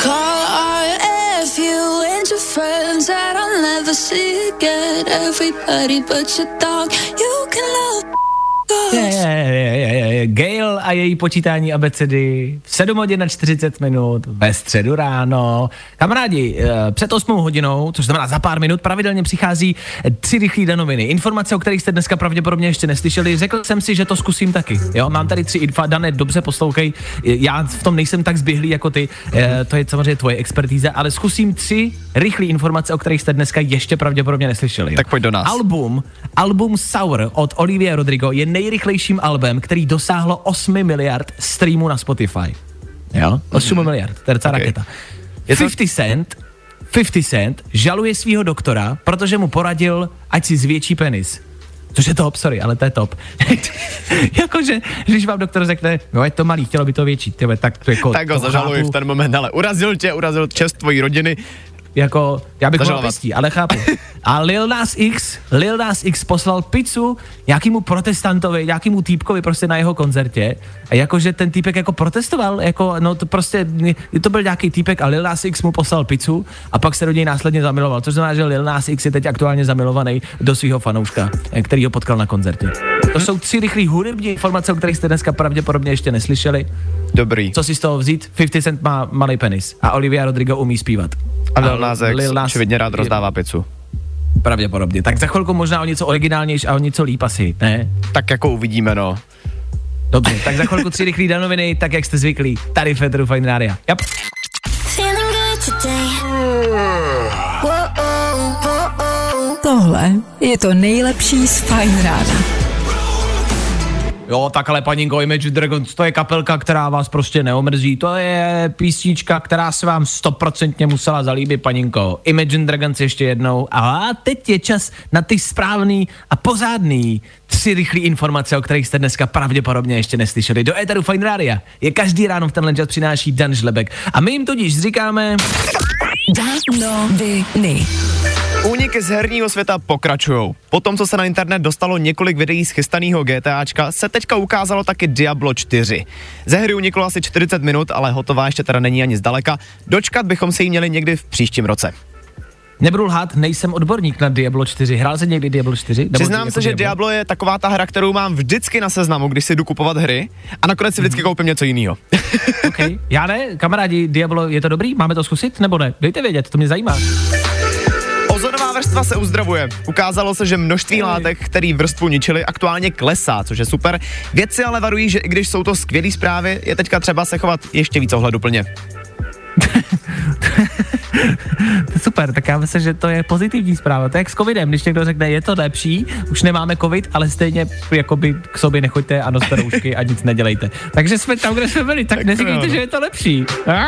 Je, je, je, je. Gail a její počítání abecedy v sedm hodin na čtyřicet minut ve středu ráno. Kamarádi, před osmou hodinou, což znamená za pár minut, pravidelně přichází tři rychlé danoviny. Informace, o kterých jste dneska pravděpodobně ještě neslyšeli. Řekl jsem si, že to zkusím taky. Jo, mám tady tři infa, Dané, dobře poslouchej. Já v tom nejsem tak zběhlý jako ty, to je samozřejmě tvoje expertíze, ale zkusím tři rychlé informace, o kterých jste dneska ještě pravděpodobně neslyšeli. Jo. Tak pojď do nás. Album, album Sour od Olivia Rodrigo je nejrychlejším albem, který dosáhlo osm miliard streamů na Spotify. Jo? osm mm. miliard, to je docela okay. raketa. padesát Cent, padesát Cent žaluje svýho doktora, protože mu poradil, ať si zvětší penis. Což je top, sorry, ale to je top. Jakože, když vám doktor řekne, no je to malý, chtělo by to větší, tyhle, tak to jako... Tak ho zažaluji v ten moment, ale urazil tě, urazil čest tvojí rodiny. Jako, já bych byl pěstí, ale chápu. A Lil Nas X, Lil Nas X poslal pizzu nějakému protestantovi, nějakému týpkovi prostě na jeho koncertě. A jakože ten týpek jako protestoval, jako, no to prostě, to byl nějaký týpek a Lil Nas X mu poslal pizzu a pak se do něj následně zamiloval. Což znamená, že Lil Nas X je teď aktuálně zamilovaný do svého fanouška, který ho potkal na koncertě. To jsou tři rychlé hudební informace, o kterých jste dneska pravděpodobně ještě neslyšeli. Dobrý. Co si z toho vzít? padesát Cent má malý penis a Olivia Rodrigo umí zpívat. A Lil Nas X očividně rád rozdává pizzu. Pravděpodobně. Tak za chvilku možná o něco originálnější a o něco líp asi, ne? Tak jako uvidíme, no. Dobře, tak za chvilku tři rychlý danoviny, tak jak jste zvyklí. Tady v éteru Fajn Rádia. Yep. Tohle je to nejlepší z Fajn Rána. Jo, tak ale paninko, Imagine Dragons, to je kapelka, která vás prostě neomrzí, to je písnička, která se vám stoprocentně musela zalíbit, paninko. Imagine Dragons ještě jednou a teď je čas na ty správný a pořádný tři rychlé informace, o kterých jste dneska pravděpodobně ještě neslyšeli. Do éteru Fajn Rádia je každý ráno v tenhle čas přináší Dan Žlebek a my jim tudíž říkáme... Danoviny. Úniky z herního světa pokračujou. Po tom, co se na internet dostalo několik videí z chystaného GTAčka, se teďka ukázalo taky Diablo čtyři. Ze hry uniklo asi čtyřicet minut, ale hotová ještě teda není ani zdaleka. Dočkat bychom se jí měli někdy v příštím roce. Nebudu lhát, nejsem odborník na Diablo čtyři. Hrál jsi někdy Diablo čtyři? Přiznám se, že Diablo? Diablo je taková ta hra, kterou mám vždycky na seznamu, když si jdu kupovat hry a nakonec si vždycky mm-hmm. koupím něco jiného. OK. Já ne, kamarádi, Diablo, je to dobrý? Máme to zkusit nebo ne? Dejte vědět, to mě zajímá. Ozonová vrstva se uzdravuje. Ukázalo se, že množství látek, který vrstvu ničili, aktuálně klesá, což je super. Vědci ale varují, že i když jsou to skvělé zprávy, je teďka třeba se chovat ještě víc ohleduplně. Super, tak já myslím, že to je pozitivní zpráva. To je jak s covidem, když někdo řekne, je to lepší, už nemáme covid, ale stejně jakoby k sobě nechoďte a noste roušky a nic nedělejte. Takže jsme tam, kde jsme byli, tak, tak neříkejte, že je to lepší.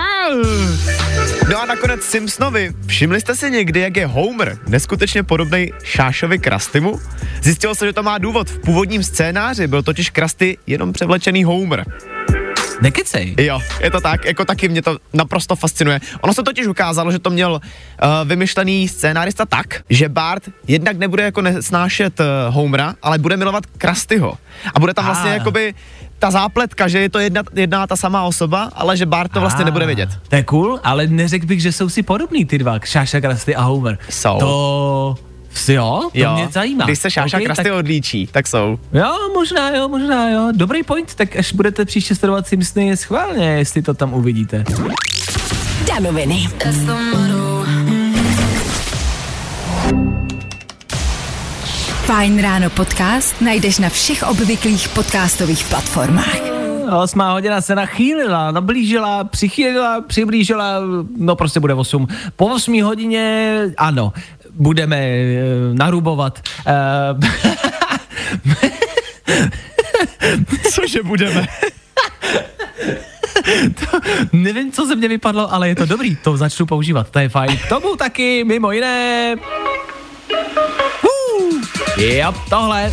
No a nakonec Simpsonovi. Všimli jste si někdy, jak je Homer neskutečně podobný Šášovi Krastymu? Zjistilo se, že to má důvod. V původním scénáři byl totiž Krusty jenom převlečený Homer. Nekecej. Jo, je to tak, jako taky mě to naprosto fascinuje. Ono se totiž ukázalo, že to měl uh, vymyšlený scénárista tak, že Bart jednak nebude jako nesnášet uh, Homera, ale bude milovat Krustyho. A bude tam vlastně jakoby ta zápletka, že je to jedna, jedna ta samá osoba, ale že Bart to vlastně nebude vědět. To je cool, ale neřekl bych, že jsou si podobný ty dva, Šáša, Krusty a Homer. Jsou. To... Jo, to jo, mě zajímá. Když se Šáša okay, Krusty tak... odlíčí, tak jsou. Jo, možná jo, možná jo. Dobrý point, tak až budete příště sledovat Simpsony, schválně, jestli to tam uvidíte. Danoviny. Fajn ráno podcast najdeš na všech obvyklých podcastových platformách. Osmá hodina se nachýlila, nablížila, přichýlila, přiblížila, no prostě bude osm. Po osmí hodině, ano, budeme uh, narubovat. Uh, Cože budeme? To, nevím, co ze mě vypadlo, ale je to dobrý, to začnu používat, to je fajn. K tomu taky, mimo jiné... Uh, jo, tohle.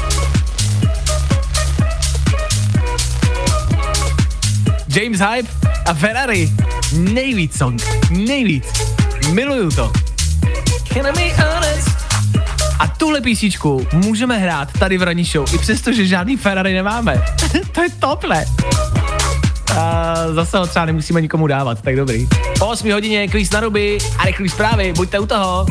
James Hype a Ferrari. Nejvíc song, nejvíc. Miluju to. Can I be honest? A tuhle písničku můžeme hrát tady v ranní show, i přesto, že žádný Ferrari nemáme. To je top, ne? A zase ho třeba nemusíme nikomu dávat, tak dobrý. Po osmé hodině kvíz na ruby a rychlý zprávy, buďte u toho.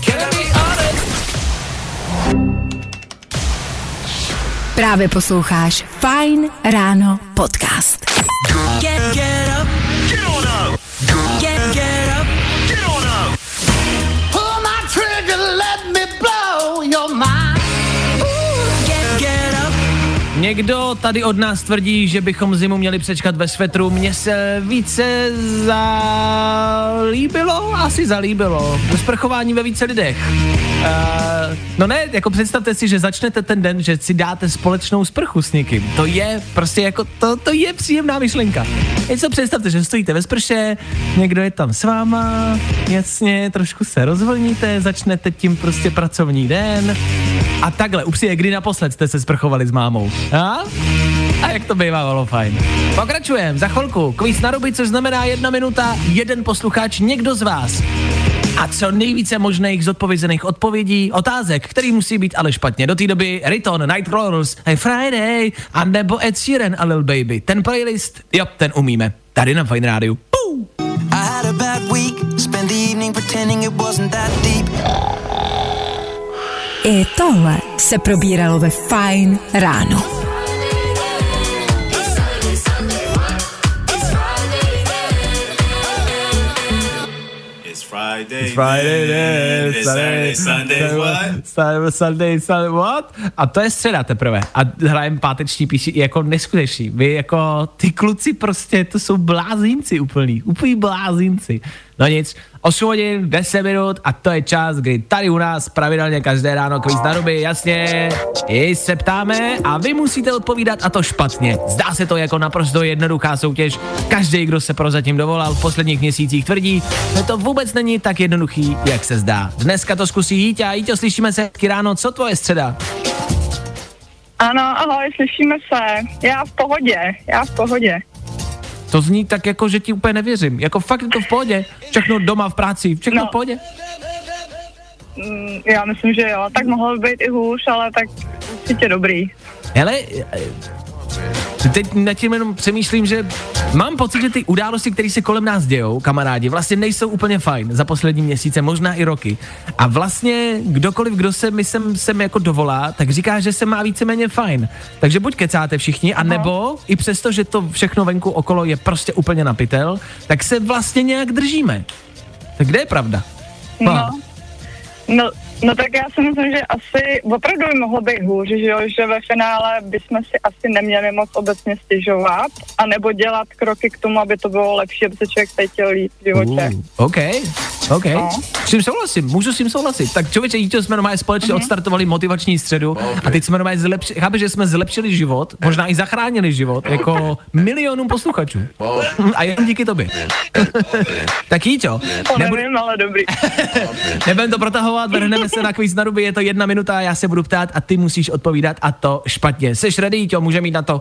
Právě posloucháš Fajn ráno podcast. Get, get up. Get on up. Get, get up. Get on up. Pull my trigger, let me blow your mind. Ooh, get, get up. Někdo tady od nás tvrdí, že bychom zimu měli přečkat ve svetru. Mně se více zalíbilo, asi zalíbilo. Sprchování ve více lidech. Uh, no ne, jako představte si, že začnete ten den, že si dáte společnou sprchu s někým. To je prostě jako, to, to je příjemná myšlenka. Něco představte, že stojíte ve sprše, někdo je tam s váma, jasně, trošku se rozvolníte, začnete tím prostě pracovní den a takhle, upříje, kdy naposled jste se sprchovali s mámou. A? A jak to bývalo fajn. Pokračujem, za chvilku, kvíz na ruby, což znamená jedna minuta, jeden posluchač, někdo z vás. A co nejvíce možných zodpovězených odpovědí, otázek, který musí být ale špatně. Do té doby Riton, Nightcrawlers, Hey Friday, a nebo Ed Sheeran a Lil Baby. Ten playlist, jo, ten umíme. Tady na Fajn rádiu. I tohle se probíralo ve Fajn ráno. Friday, Friday, day, Saturday, Sunday, what? Saturday, Sunday, Sunday, what? A to je středa teprve. A hrajem páteční píši jako neskutečný. Vy jako ty kluci prostě, to jsou blázínci úplný. Úplný blázínci. No nic, osm hodin, deset minut a to je čas, kdy tady u nás pravidelně každé ráno kvíz na ruby, jasně, i se ptáme a vy musíte odpovídat a to špatně. Zdá se to jako naprosto jednoduchá soutěž. Každý, kdo se prozatím dovolal v posledních měsících, tvrdí, že to vůbec není tak jednoduchý, jak se zdá. Dneska to zkusí Jíťa. Jíťo, slyšíme se hezky ráno, co tvoje středa? Ano, ahoj, slyšíme se. Já v pohodě, já v pohodě. To zní tak jako, že ti úplně nevěřím. Jako fakt je to v pohodě. Všechno doma, v práci, všechno no. v pohodě. Mm, já myslím, že jo. Tak mohlo by být i hůř, ale tak určitě dobrý. Hele, teď nad tím jenom přemýšlím, že mám pocit, že ty události, které se kolem nás dějou, kamarádi, vlastně nejsou úplně fajn za poslední měsíce, možná i roky. A vlastně kdokoliv, kdo se mi sem, sem jako dovolá, tak říká, že se má víceméně fajn. Takže buď kecáte všichni, anebo i přesto, že to všechno venku okolo je prostě úplně na pytel, tak se vlastně nějak držíme. Tak kde je pravda? No, no, no tak já si myslím, že asi opravdu by mohlo být hůř, že jo, že ve finále bychom si asi neměli moc obecně stěžovat, anebo dělat kroky k tomu, aby to bylo lepší, aby se člověk cítil líp v životě. Uh, OK, OK. No. S tím souhlasím, můžu s tím souhlasit. Tak člověče, Jíťo, jsme normálně společně uh-huh. odstartovali motivační středu okay. a teď jsme normálně zlepšili, chápeš, že jsme zlepšili život, možná i zachránili život, okay. jako milionům posluchačů. Okay. A jen díky tobě. Tak Jíťo. To nebudu... nevím, ale dobrý. Nebudem to protahovat, vrhneme se na kvíz na ruby, je to jedna minuta, já se budu ptát a ty musíš odpovídat a to špatně. Seš ready, Jíťo, může mít na to?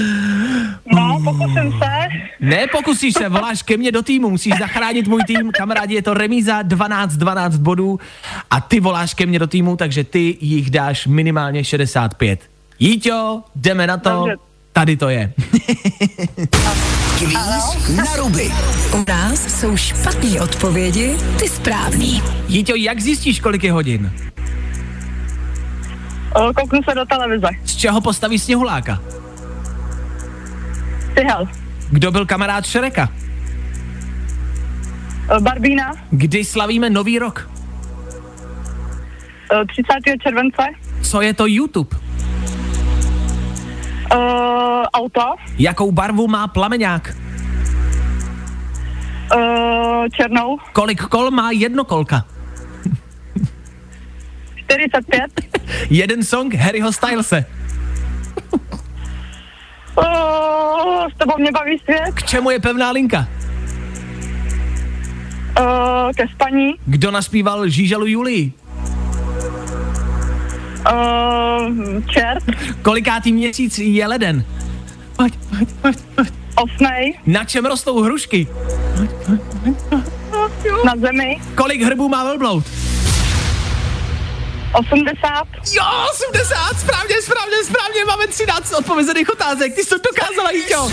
No, pokusím se. Ne, pokusíš se, voláš ke mně do týmu, musíš zachránit můj tým, kamarádi, je to remíza dvanáct dvanáct bodů a ty voláš ke mně do týmu, takže ty jich dáš minimálně šedesát pět. Jíťo, jdeme na to, takže... tady to je. Kvíz na ruby. U nás jsou špatné odpovědi, ty správný. Jíťo, jak zjistíš, kolik je hodin? O, kouknu se do televize. Z čeho postaví sněhuláka? Tyhel. Kdo byl kamarád Šreka? Barbína. Kdy slavíme nový rok? třicátého července. Co je to YouTube? Uh, auto. Jakou barvu má plameňák? Uh, černou. Kolik kol má jednokolka? čtyřicet pět. Jeden song Harryho Stylese. Uh, s tebou mě baví svět. K čemu je pevná linka? Uh, ke spaní. Kdo naspíval Žížalu Julii? Uh, čert. Kolikátý měsíc je leden? Pojď, pojď, pojď, pojď. Osmej. Na čem rostou hrušky? Na zemi. Kolik hrbů má velbloud? osmdesát. Jo, osmdesát, správně, správně, správně, máme třináct odpovězených otázek, ty jsi to dokázala, Jíťo.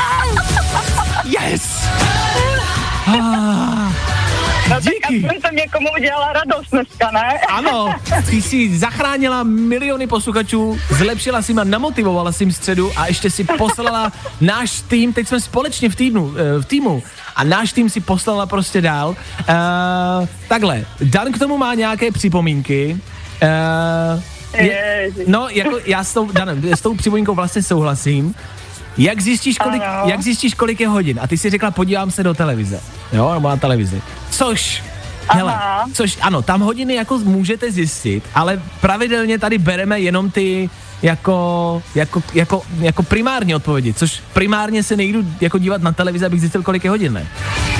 Yes! Ah, no díky. tak jsem někomu udělala radost dneska, ne? Ano, ty jsi zachránila miliony posluchačů, zlepšila si a namotivovala si jim středu a ještě si poslala náš tým, teď jsme společně v týmu, v týmu a náš tým si poslala prostě dál. Uh, takhle, Dan k tomu má nějaké připomínky. Uh, je, no, jako já s tou, Dan, s tou připomínkou vlastně souhlasím. Jak zjistíš, kolik, jak zjistíš, kolik je hodin? A ty si řekla, podívám se do televize. Jo, nebo na televizi. Což, hele, což, ano, tam hodiny jako můžete zjistit, ale pravidelně tady bereme jenom ty jako, jako, jako, jako primární odpovědi, což primárně se nejdu jako dívat na televizi, abych zjistil, kolik je hodin, ne?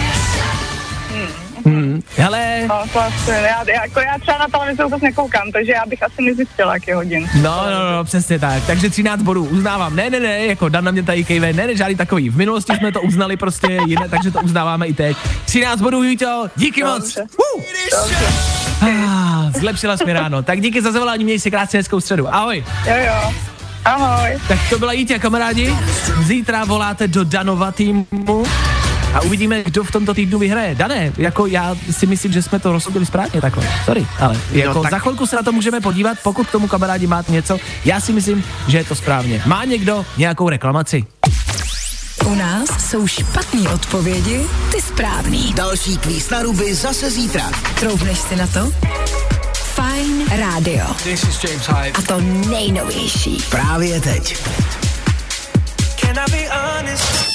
Hmm. Hele. No, to asi, já, jako já třeba na televizi vůbec nekoukám, takže já bych asi nezjistila, jak je hodin. No, no, no, přesně tak. Takže třináct bodů, uznávám. Ne, ne, ne, jako Dan na mě tady kejve, ne, ne, žádný takový. V minulosti jsme to uznali prostě jiné, takže to uznáváme i teď. třináct bodů, Júťo, díky Dobře. moc. Uh. Ah, zlepšila jsi mi ráno. Tak díky za zavolání, měj si krásně hezkou středu. Ahoj. Jo, jo. Ahoj. Tak to byla Jítě, kamarádi. Zítra voláte do Danova týmu. A uvidíme, kdo v tomto týdnu vyhraje. Dané, jako já si myslím, že jsme to rozhodili správně takhle. Sorry, ale jako no, tak... za chvilku se na to můžeme podívat, pokud k tomu kamarádi máte něco. Já si myslím, že je to správně. Má někdo nějakou reklamaci? U nás jsou špatný odpovědi, ty správný. Další kvíz na ruby zase zítra. Troufneš si na to? Fajn rádio. This is James Hype. A to nejnovější. Právě teď. Can I be honest?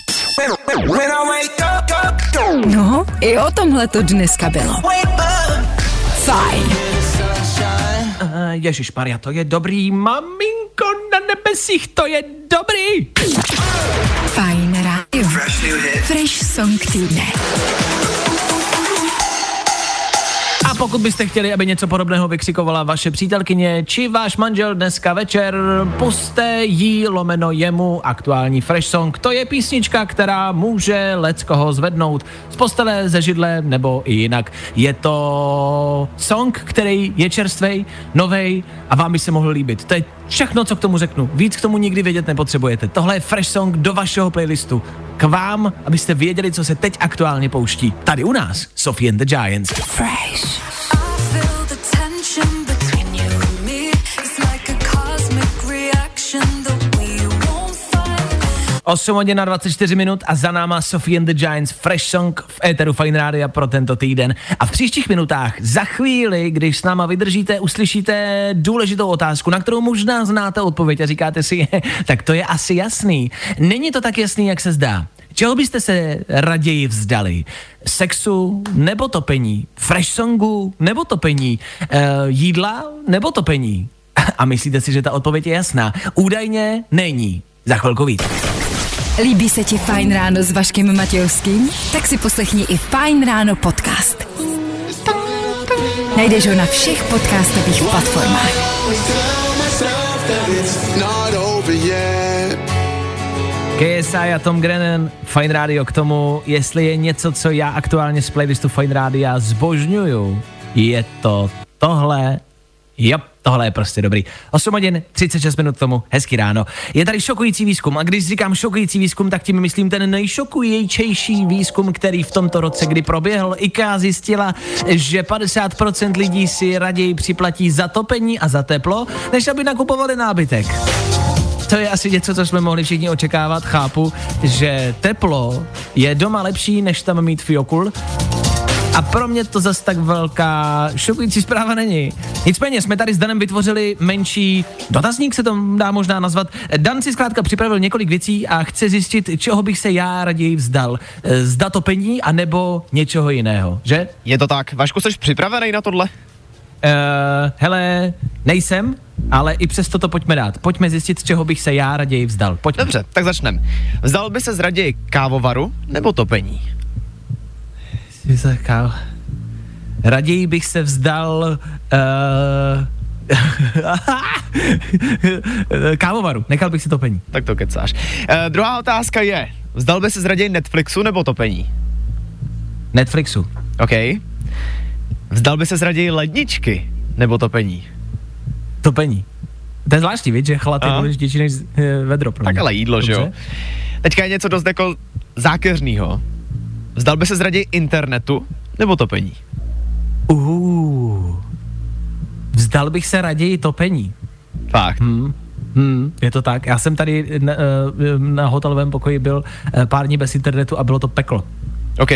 No, i o tomhle to dneska bylo. Fajn. Uh, Ježišmarja, to je dobrý, maminko na nebesích, to je dobrý. Fajn rádio. Fresh song týdne. A pokud byste chtěli, aby něco podobného vykřikovala vaše přítelkyně či váš manžel dneska večer, puste jí lomeno jemu aktuální Fresh Song. To je písnička, která může leckoho zvednout z postele, ze židle nebo i jinak. Je to song, který je čerstvej, novej a vám by se mohl líbit. To je všechno, co k tomu řeknu. Víc k tomu nikdy vědět nepotřebujete. Tohle je Fresh Song do vašeho playlistu. K vám, abyste věděli, co se teď aktuálně pouští. Tady u nás Sophie and the Giants. Fresh. osm hodin a dvacet čtyři minut a za náma Sophie and the Giants, Fresh Song v éteru Fajn Rádia pro tento týden. A v příštích minutách, za chvíli, když s náma vydržíte, uslyšíte důležitou otázku, na kterou možná znáte odpověď a říkáte si, tak to je asi jasný. Není to tak jasný, jak se zdá. Čeho byste se raději vzdali? Sexu nebo topení? Fresh songu nebo topení? E, jídla nebo topení? A myslíte si, že ta odpověď je jasná? Údajně není. Za chvilku víc. Líbí se ti Fajn ráno s Vaškem Matějovským? Tak si poslechni i Fajn ráno podcast. Najdeš ho na všech podcastových platformách. K S I a Tom Grennan, Fajn rádio k tomu, jestli je něco, co já aktuálně z playlistu Fajn rádia zbožňuju, je to tohle. Jop, tohle je prostě dobrý. osm hodin, třicet šest minut k tomu, hezký ráno. Je tady šokující výzkum a když říkám šokující výzkum, tak tím myslím ten nejšokujíčejší výzkum, který v tomto roce, kdy proběhl. I K A zjistila, že padesát procent lidí si raději připlatí za topení a za teplo, než aby nakupovali nábytek. To je asi něco, co jsme mohli všichni očekávat. Chápu, že teplo je doma lepší, než tam mít fiokul. A pro mě to zas tak velká šokující zpráva není. Nicméně jsme tady s Danem vytvořili menší dotazník, se to dá možná nazvat. Dan si zkrátka připravil několik věcí a chce zjistit, čeho bych se já raději vzdal. Zda topení, anebo něčeho jiného, že? Je to tak. Vašku, jsi připravený na tohle? Uh, hele, nejsem, ale i přesto to pojďme dát. Pojďme zjistit, z čeho bych se já raději vzdal. Pojďme. Dobře, tak začneme. Vzdal by se raději kávovaru nebo topení? Káv... Raději bych se vzdal uh... kávovaru, nechal bych si topení. Tak to kecáš. Uh, druhá otázka je, vzdal by se raději Netflixu nebo topení? Netflixu. OK. Vzdal by se raději ledničky nebo topení? Topení. To je zvláštní, víš, že chlad je důležitější než e, vedro. Pro mě. Tak ale jídlo, dobře, že jo? Teďka je něco dost jako zákeřnýho. Vzdal by se raději internetu nebo topení? Uh, vzdal bych se raději topení. Fakt. Hmm. Hmm, je to tak. Já jsem tady na, na hotelovém pokoji byl pár dní bez internetu a bylo to peklo. OK.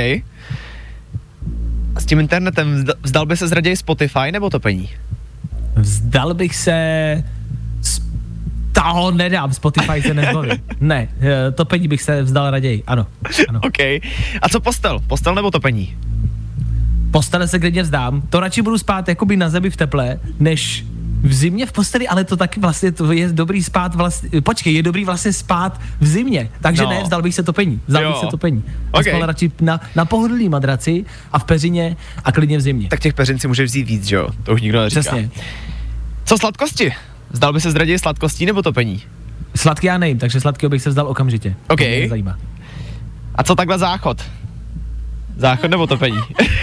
A s tím internetem vzdal by se raději Spotify nebo topení? Vzdal bych se... Toho nedám, Spotify se nezbaví. Ne, topení bych se vzdal raději, ano. ano. OK. A co postel? Postel nebo topení? Postele se klidně vzdám. To radši budu spát jakoby na zemi v teple, než v zimě v posteli, ale to taky vlastně to je dobrý spát vlastně, počkej, je dobrý vlastně spát v zimě, takže no. ne, vzdal bych se topení, vzdal jo. bych se topení. A okay. spal radši na, na pohodlný madraci a v peřině a klidně v zimě. Tak těch peřin si můžeš vzít víc, že jo? To už nikdo neříká. Přesně. Co sladkosti? Vzdal by se raději sladkostí nebo topení? Sladký já nejím, takže sladkého bych se vzdal okamžitě. OK. To mě zajímá. A co takhle záchod? Záchod nebo topení?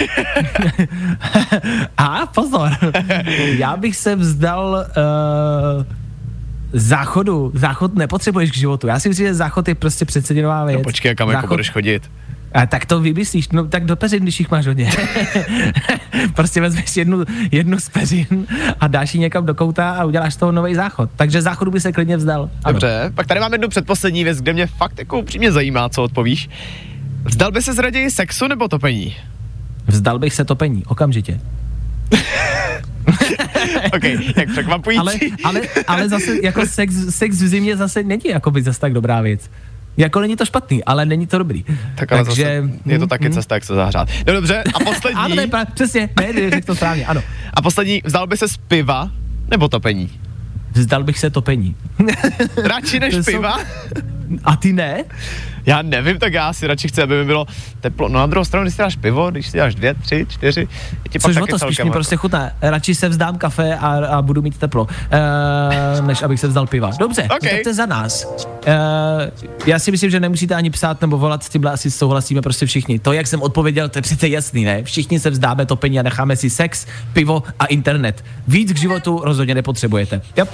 A pozor, já bych se vzdal uh, záchodu. Záchod nepotřebuješ k životu. Já si myslím, že záchod je prostě přeceněnová věc. No počkej, kam záchod... jako budeš chodit? A tak to vymyslíš, no tak do peřin, když jich máš hodně. Prostě vezmeš jednu, jednu z peřin a dáš ji někam do kouta a uděláš z toho nový záchod. Takže záchodu by se klidně vzdal. Dobře, ano. Pak tady mám jednu předposlední věc, kde mě fakt jako upřímně zajímá, co odpovíš. Vzdal by se raději sexu nebo topení? Vzdal bych se topení, okamžitě. OK, jak překvapující. ale, ale, ale zase jako sex, sex v zimě zase není jako by zase tak dobrá věc. Jako není to špatný, ale není to dobrý. Tak ale takže zase je to taky mm, cesta, jak se zahřát. No dobře, a poslední. Ano, ne, přesně, ne, řekl to správně, ano. A poslední, vzdal by se z piva nebo topení? Vzdal bych se topení. Radši než piva? Jsou... A ty ne? Já nevím, tak já si radši chci, aby mi bylo teplo. No na druhou stranu, když si dáš pivo, když si dáš dvě, tři, čtyři, je ti pak což taky o to spíš mi jako... prostě chutná. Radši se vzdám kafe a, a budu mít teplo, uh, než abych se vzdal piva. Dobře, okay. Tak to je za nás. Uh, já si myslím, že nemusíte ani psát nebo volat, s tímhle asi souhlasíme prostě všichni. To, jak jsem odpověděl, to je přece jasný, ne? Všichni se vzdáme topení a necháme si sex, pivo a internet. Víc k životu rozhodně nepotřebujete. Yep.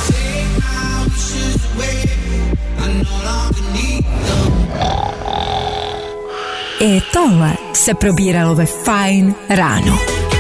I tohle se probíralo ve Fajn ráno.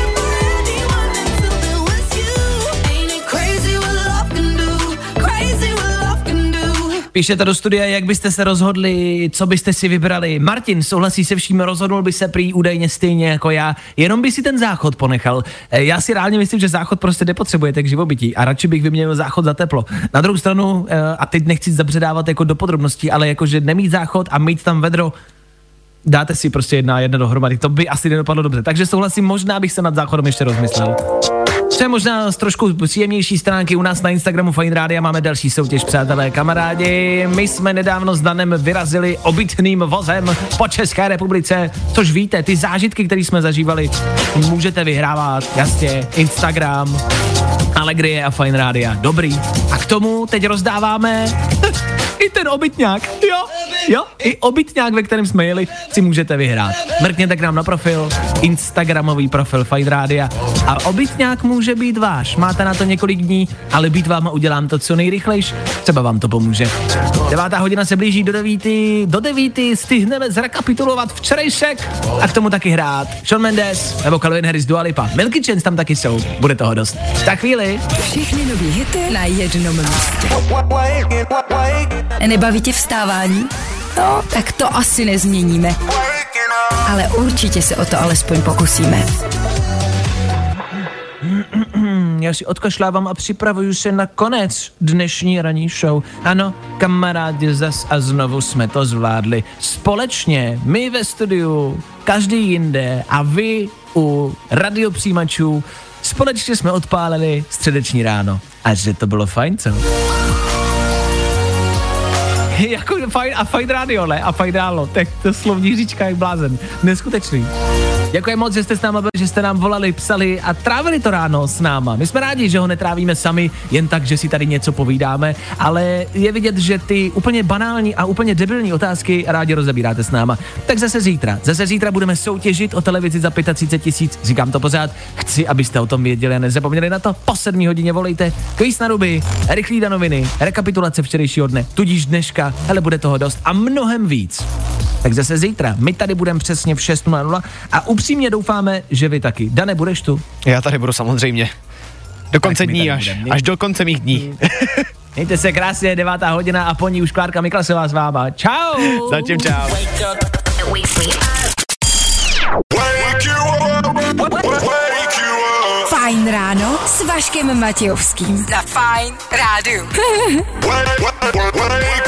Píšete do studia, jak byste se rozhodli, co byste si vybrali. Martin souhlasí se vším, rozhodnul by se prý údajně stejně jako já, jenom by si ten záchod ponechal. Já si reálně myslím, že záchod prostě nepotřebujete k živobytí a radši bych vyměnil záchod za teplo. Na druhou stranu, a teď nechci zabředávat jako do podrobností, ale jakože nemít záchod a mít tam vedro, dáte si prostě jedna a jedna dohromady, to by asi nedopadlo dobře. Takže souhlasím, možná bych se nad záchodem ještě rozmyslel. Co je možná z trošku příjemnější stránky, u nás na Instagramu Fajn Rádia máme další soutěž, přátelé, kamarádi. My jsme nedávno s Danem vyrazili obytným vozem po České republice, což víte, ty zážitky, které jsme zažívali, můžete vyhrávat, jasně, Instagram, Alegrie a Fajn Rádia, dobrý. A k tomu teď rozdáváme i ten obytňák, jo, jo, i obytňák, ve kterém jsme jeli, si můžete vyhrát. Mrkněte k nám na profil, instagramový profil Fajn Rádia a obytňák může být váš. Máte na to několik dní, ale být vám a udělám to co nejrychlejš, třeba vám to pomůže. Devátá hodina se blíží do devíty, do devíty stihneme zrekapitulovat včerejšek a k tomu taky hrát Shawn Mendes nebo Calvin Harris, Dua Lipa. Milky Chance tam taky jsou, bude toho dost. Tak chvíli. Všechny nový hity na jednom místě. Nebaví tě vstávání? No, tak to asi nezměníme. ale určitě se o to alespoň pokusíme. Já si odkašlávám a připravuju se na konec dnešní ranní show. Ano, kamarádi, zas a znovu jsme to zvládli. Společně, my ve studiu, každý jinde a vy u radiopřijímačů. Společně jsme odpálili středeční ráno. A že to bylo fajn, co? Jako fajn a fajn rádio, ne? A fajn ráno. Tak to slovní říčka jak blázen. Neskutečný. Děkuji moc, že jste s náma byli, že jste nám volali, psali a trávili to ráno s náma. My jsme rádi, že ho netrávíme sami, jen tak, že si tady něco povídáme, ale je vidět, že ty úplně banální a úplně debilní otázky rádi rozebíráte s náma. Tak zase zítra. Zase zítra budeme soutěžit o televizi za třicet pět tisíc. Říkám to pořád. Chci, abyste o tom věděli a nezapomněli na to. Po sedmé hodině volejte. Kvíz na ruby, rychlý danoviny, rekapitulace včerejšího dne, tudíž dneška, hele, bude toho dost a mnohem víc. Tak zase zítra. My tady budeme přesně v šest nula nula a upřímně doufáme, že vy taky. Dane, budeš tu? Já tady budu samozřejmě. Do konce dní až. Budem. Až do konce mých dní. Mějte se krásně, devátá hodina a po ní už Klárka Miklasová s váma. Čau! Zatím čau. Fajn ráno s Vaškem Matějovským. Za Fajn rádiu.